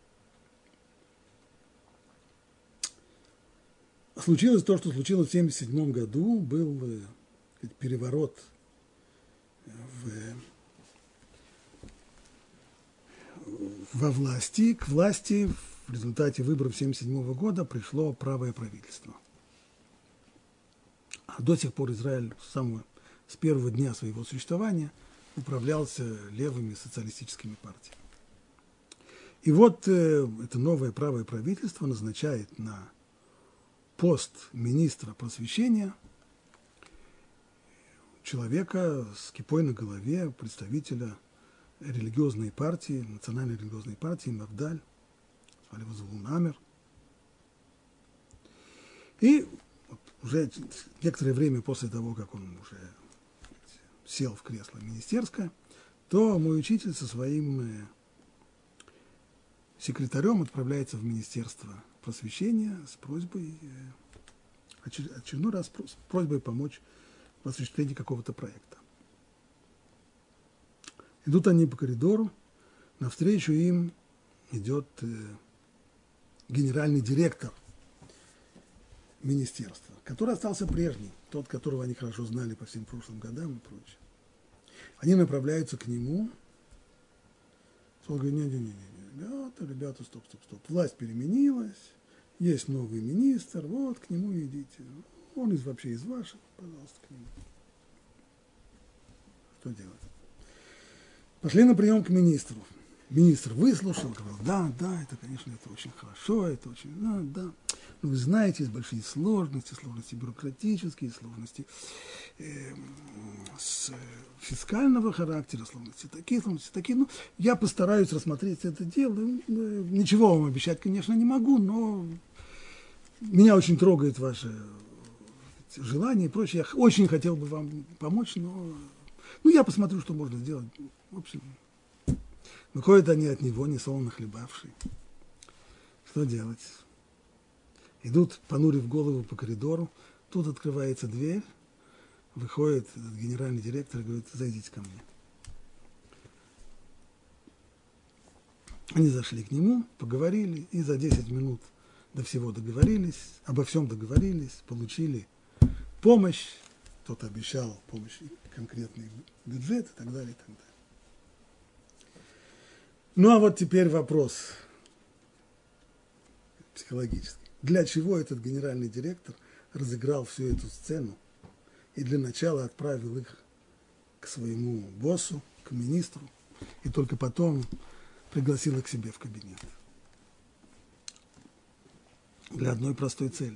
Случилось то, что случилось в семьдесят седьмом году, был сказать, переворот в, во власти. К власти в результате выборов семьдесят седьмого года пришло правое правительство. А до сих пор Израиль с самого, с первого дня своего существования управлялся левыми социалистическими партиями. И вот э, это новое правое правительство назначает на пост министра просвещения человека с кипой на голове, представителя религиозной партии, национальной религиозной партии Мавдаль, звали его Звулун Амер. И вот уже некоторое время после того, как он уже сел в кресло министерское, то мой учитель со своим секретарем отправляется в Министерство просвещения с просьбой, очередной раз с просьбой помочь в осуществлении какого-то проекта. Идут они по коридору, навстречу им идет генеральный директор министерства, который остался прежний, тот, которого они хорошо знали по всем прошлым годам и прочее. Они направляются к нему, он говорит, не-не-не, ребята, ребята, стоп, стоп, стоп, власть переменилась, есть новый министр, вот, к нему идите. Он из, вообще из ваших, пожалуйста, к нему. Что делать? Пошли на прием к министру. Министр выслушал, говорил, да, да, это, конечно, это очень хорошо, это очень, да, да. Но вы знаете, есть большие сложности, сложности бюрократические, сложности э, с фискального характера, сложности такие, сложности такие. Ну, я постараюсь рассмотреть это дело. Ничего вам обещать, конечно, не могу, но меня очень трогает ваше желание и прочее. Я очень хотел бы вам помочь, но ну, я посмотрю, что можно сделать. В общем, выходят они от него, не солоно хлебавшие. Что делать? Идут, понурив голову по коридору. Тут открывается дверь. Выходит этот генеральный директор и говорит, зайдите ко мне. Они зашли к нему, поговорили, и за десять минут до всего договорились, обо всем договорились, получили помощь. Кто-то обещал помощь, конкретный бюджет и так далее, и так далее. Ну, а вот теперь вопрос психологический. Для чего этот генеральный директор разыграл всю эту сцену и для начала отправил их к своему боссу, к министру, и только потом пригласил их к себе в кабинет? Для одной простой цели.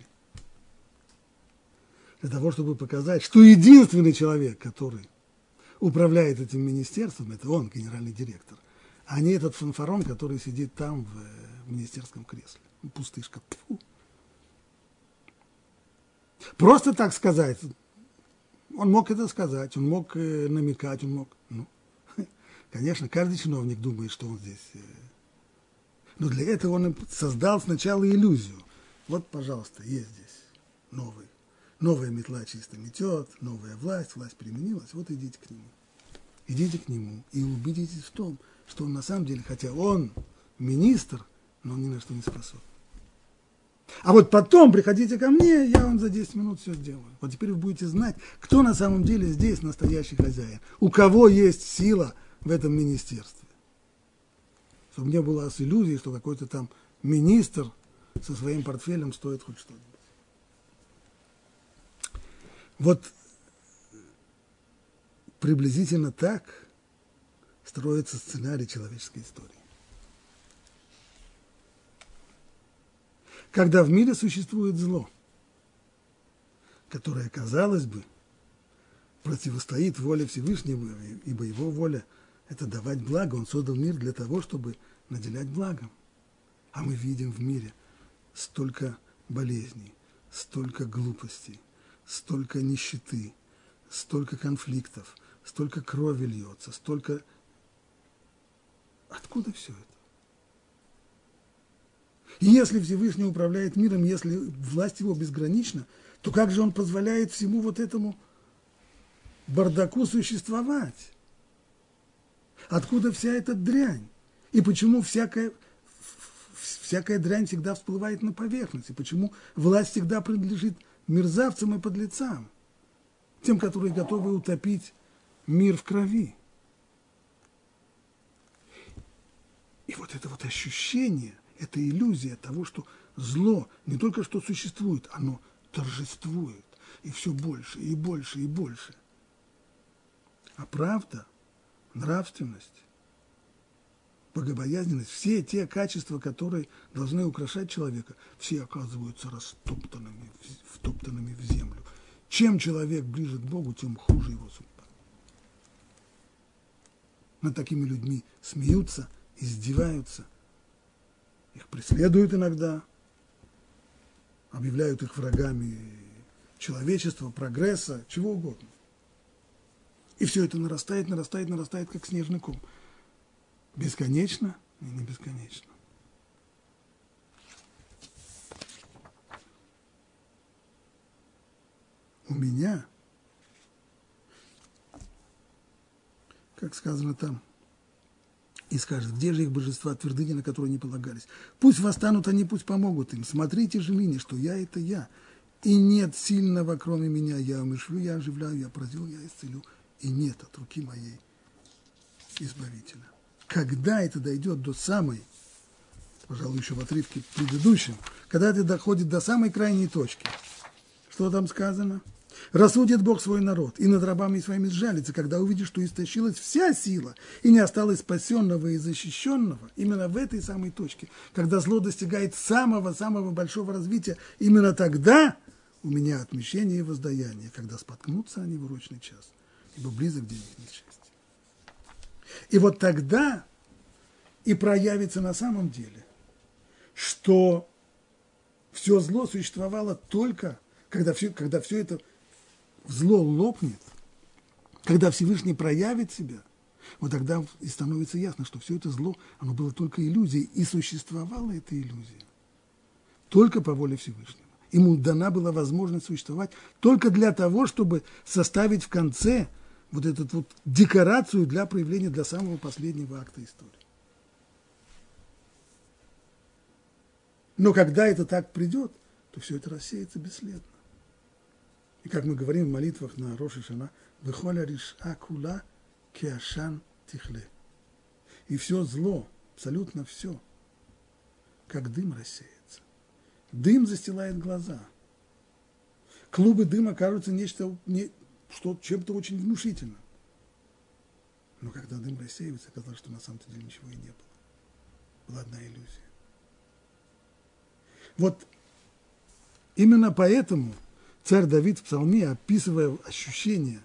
Для того, чтобы показать, что единственный человек, который управляет этим министерством, это он, генеральный директор, а не этот фанфарон, который сидит там в министерском кресле. Пустышка. Тьфу. Просто так сказать. Он мог это сказать, он мог намекать, он мог... Ну, конечно, каждый чиновник думает, что он здесь... Но для этого он создал сначала иллюзию. Вот, пожалуйста, есть здесь новый. Новая метла чисто метет, новая власть, власть переменилась, вот идите к нему. Идите к нему и убедитесь в том, что он на самом деле, хотя он министр, но он ни на что не способен. А вот потом приходите ко мне, я вам за десять минут все сделаю. Вот теперь вы будете знать, кто на самом деле здесь настоящий хозяин, у кого есть сила в этом министерстве. Чтобы не было иллюзии, что какой-то там министр со своим портфелем стоит хоть что-нибудь. Вот приблизительно так строится сценарий человеческой истории. Когда в мире существует зло, которое, казалось бы, противостоит воле Всевышнего, ибо его воля – это давать благо. Он создал мир для того, чтобы наделять благом. А мы видим в мире столько болезней, столько глупостей, столько нищеты, столько конфликтов, столько крови льется, столько… Откуда все это? И если Всевышний управляет миром, если власть его безгранична, то как же он позволяет всему вот этому бардаку существовать? Откуда вся эта дрянь? И почему всякая, всякая дрянь всегда всплывает на поверхность? И почему власть всегда принадлежит мерзавцам и подлецам? Тем, которые готовы утопить мир в крови. И вот это вот ощущение, эта иллюзия того, что зло не только что существует, оно торжествует. И все больше, и больше, и больше. А правда, нравственность, богобоязненность, все те качества, которые должны украшать человека, все оказываются растоптанными, втоптанными в землю. Чем человек ближе к Богу, тем хуже его судьба. Над такими людьми смеются, издеваются, их преследуют иногда, объявляют их врагами человечества, прогресса, чего угодно. И все это нарастает, нарастает, нарастает, как снежный ком. Бесконечно и не бесконечно. У меня, как сказано там, и скажет, где же их божества, твердыни, на которые они полагались? Пусть восстанут они, пусть помогут им. Смотрите же ныне, что я – это я. И нет сильного, кроме меня. Я умершлю, я оживляю, я поразил, я исцелю. И нет от руки моей избавителя. Когда это дойдет до самой, пожалуй, еще в отрывке предыдущем, когда это доходит до самой крайней точки, что там сказано? Рассудит Бог свой народ, и над рабами своими сжалится, когда увидит, что истощилась вся сила, и не осталось спасенного и защищенного. Именно в этой самой точке, когда зло достигает самого-самого большого развития, именно тогда у меня отмещение и воздаяние, когда споткнутся они в урочный час, ибо близок день их несчастья. И вот тогда и проявится на самом деле, что все зло существовало только, когда все, когда все это зло лопнет, когда Всевышний проявит себя, вот тогда и становится ясно, что все это зло, оно было только иллюзией, и существовала эта иллюзия только по воле Всевышнего. Ему дана была возможность существовать только для того, чтобы составить в конце вот эту вот декорацию для проявления, для самого последнего акта истории. Но когда это так придет, то все это рассеется бесследно. И как мы говорим в молитвах на Рош ха-Шана, «Вехоля риша кула кеашан тихле». И все зло, абсолютно все, как дым рассеется. Дым застилает глаза. Клубы дыма кажутся нечто, не, что, чем-то очень внушительным. Но когда дым рассеивается, оказалось, что на самом-то деле ничего и не было. Была одна иллюзия. Вот именно поэтому царь Давид в Псалме, описывая ощущение,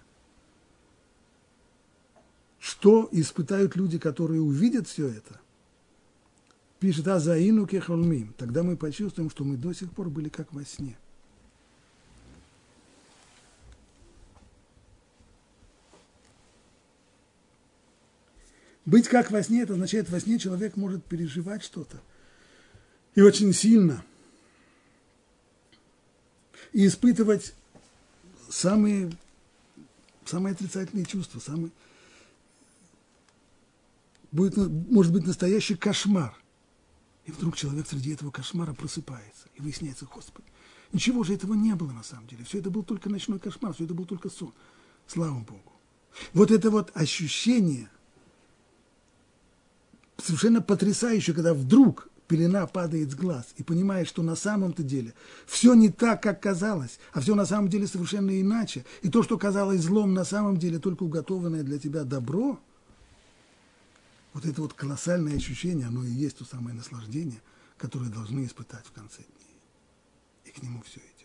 что испытают люди, которые увидят все это, пишет «Азаину кехолмим». Тогда мы почувствуем, что мы до сих пор были как во сне. Быть как во сне – это означает, во сне человек может переживать что-то. И очень сильно. И испытывать самые, самые отрицательные чувства, самые, будет, может быть, настоящий кошмар. И вдруг человек среди этого кошмара просыпается, и выясняется, Господи, ничего же этого не было на самом деле. Все это был только ночной кошмар, все это был только сон. Слава Богу. Вот это вот ощущение совершенно потрясающее, когда вдруг пелена падает с глаз, и понимаешь, что на самом-то деле все не так, как казалось, а все на самом деле совершенно иначе. И то, что казалось злом, на самом деле только уготованное для тебя добро, Вот это вот колоссальное ощущение, оно и есть то самое наслаждение, которое должны испытать в конце дней. И к нему все идет.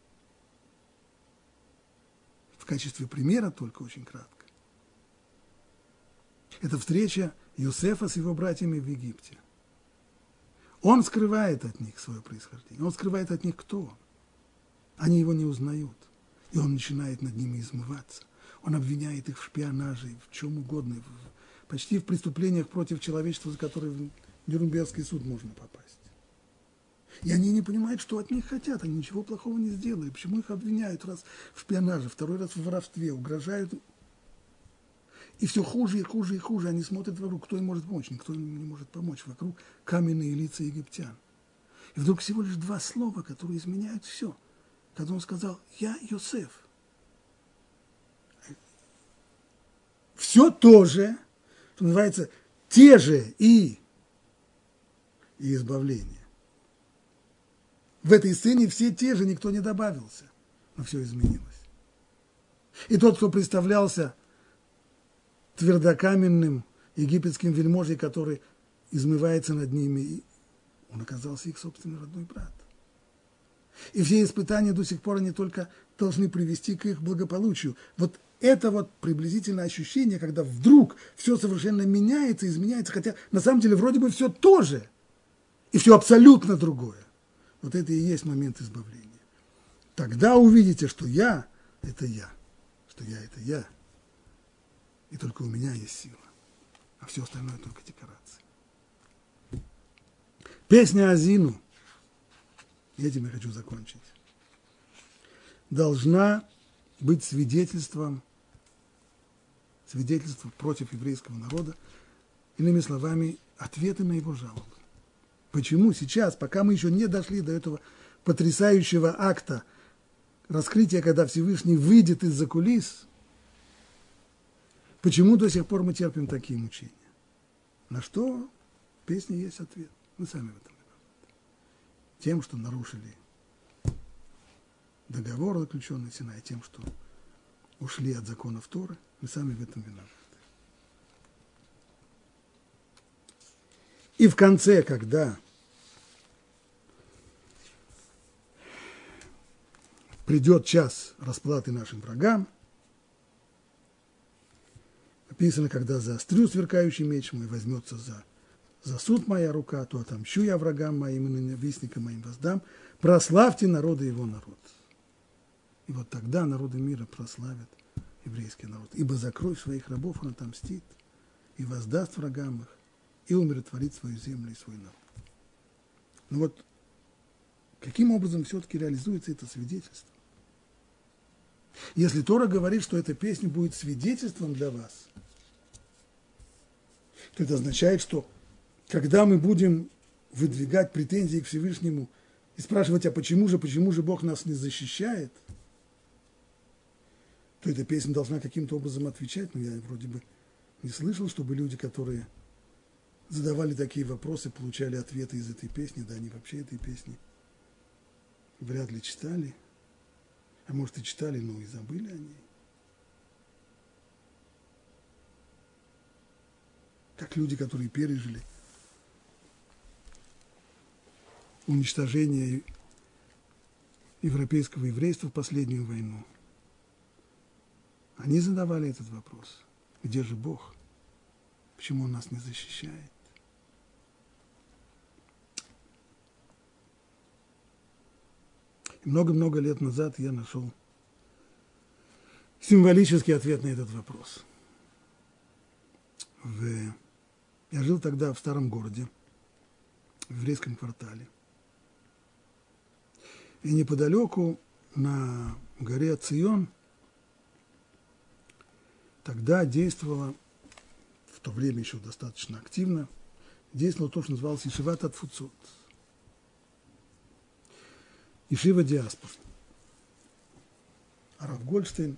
В качестве примера только очень кратко. Это встреча Йосефа с его братьями в Египте. Он скрывает от них свое происхождение. Он скрывает от них, кто он. Они его не узнают. И он начинает над ними измываться. Он обвиняет их в шпионаже, в чем угодно, в, почти в преступлениях против человечества, за которые в Нюрнбергский суд можно попасть. И они не понимают, что от них хотят. Они ничего плохого не сделали. Почему их обвиняют раз в шпионаже, второй раз в воровстве, угрожают. И все хуже и хуже и хуже. Они смотрят вокруг, кто им может помочь. Никто им не может помочь. Вокруг каменные лица египтян. И вдруг всего лишь два слова, которые изменяют все. Когда он сказал «Я Йосеф». Все то же, что называется, те же и, и избавление. В этой сцене все те же, никто не добавился, но все изменилось. И тот, кто представлялся твердокаменным египетским вельможей, который измывается над ними, он оказался их собственный родной брат. И все испытания до сих пор они только должны привести к их благополучию. Вот это вот приблизительное ощущение, когда вдруг все совершенно меняется, изменяется, хотя на самом деле вроде бы все то же, и все абсолютно другое. Вот это и есть момент избавления. Тогда увидите, что я – это я, что я – это я, и только у меня есть сила, а все остальное только декорации. Песня Азину, и этим я хочу закончить, должна быть свидетельством, свидетельством против еврейского народа, иными словами, ответы на его жалобы. Почему сейчас, пока мы еще не дошли до этого потрясающего акта раскрытия, когда Всевышний выйдет из-за кулис, почему до сих пор мы терпим такие мучения? На что в песне есть ответ. Мы сами в этом виноваты. Тем, что нарушили договор, заключенный Синай, тем, что ушли от законов Торы, мы сами в этом виноваты. И в конце, когда придет час расплаты нашим врагам, написано, когда заострю сверкающий меч мой, возьмется за, за суд моя рука, то отомщу я врагам моим и ненавистникам моим воздам, прославьте народы его народ. И вот тогда народы мира прославят еврейский народ, ибо за кровь своих рабов он отомстит и воздаст врагам их, и умиротворит свою землю и свой народ. Но вот каким образом все-таки реализуется это свидетельство? Если Тора говорит, что эта песня будет свидетельством для вас, то это означает, что когда мы будем выдвигать претензии к Всевышнему и спрашивать, а почему же, почему же Бог нас не защищает, то эта песня должна каким-то образом отвечать. Но я вроде бы не слышал, чтобы люди, которые задавали такие вопросы, получали ответы из этой песни, да они вообще этой песни вряд ли читали, а может и читали, но и забыли о ней. Как люди, которые пережили уничтожение европейского еврейства в последнюю войну, они задавали этот вопрос. Где же Бог? Почему Он нас не защищает? Много-много лет назад я нашел символический ответ на этот вопрос. В... Я жил тогда в старом городе, в еврейском квартале. И неподалеку на горе Цион тогда действовало, в то время еще достаточно активно, действовало то, что называлось Ешиват ат-Тфуцот. Ешива диаспор. А Рав Гольдштейн,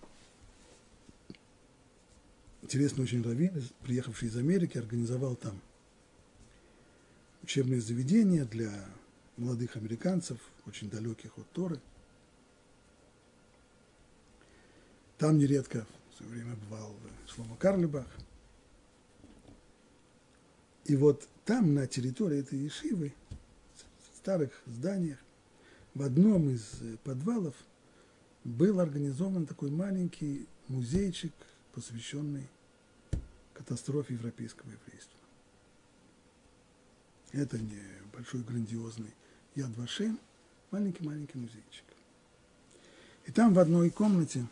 интересный очень раввин, приехавший из Америки, организовал там учебные заведения для молодых американцев, очень далеких от Торы. Там нередко в свое время бывал Шломо Карлебах. И вот там, на территории этой ешивы, в старых зданиях, в одном из подвалов был организован такой маленький музейчик, посвященный катастрофе европейского еврейства. Это не большой грандиозный Яд Вашем, маленький-маленький музейчик. И там в одной комнате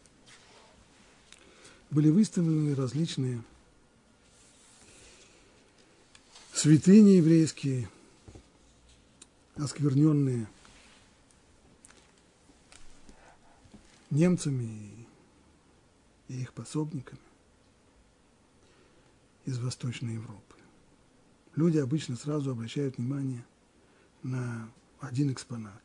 были выставлены различные святыни еврейские, оскверненные немцами и их пособниками из Восточной Европы. Люди обычно сразу обращают внимание на один экспонат.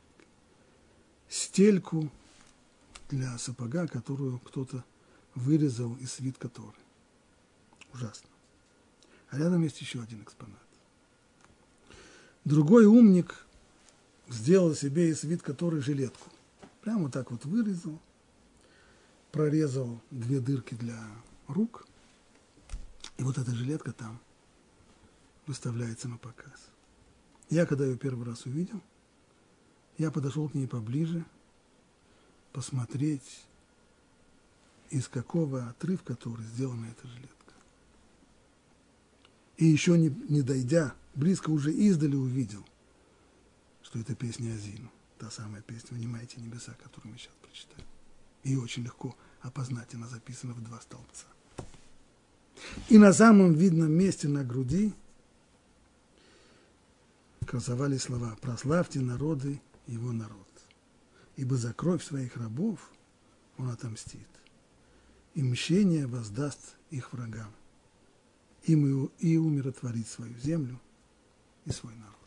Стельку для сапога, которую кто-то вырезал из свитка Торы. Ужасно. А рядом есть еще один экспонат. Другой умник сделал себе из свитка Торы жилетку. Прямо вот так вот вырезал, прорезал две дырки для рук, и вот эта жилетка там выставляется на показ. Я, когда ее первый раз увидел, я подошел к ней поближе, посмотреть, из какого отрывка Торы сделана эта жилетка. И еще не, не дойдя, близко уже издали увидел, что это песня Азину. Та самая песня «Внимайте небеса», которую мы сейчас прочитаем. Ее очень легко опознать, она записана в два столбца. И на самом видном месте на груди красовались слова «Прославьте народы, его народ, ибо за кровь своих рабов он отомстит, и мщение воздаст их врагам, им и умиротворит свою землю и свой народ».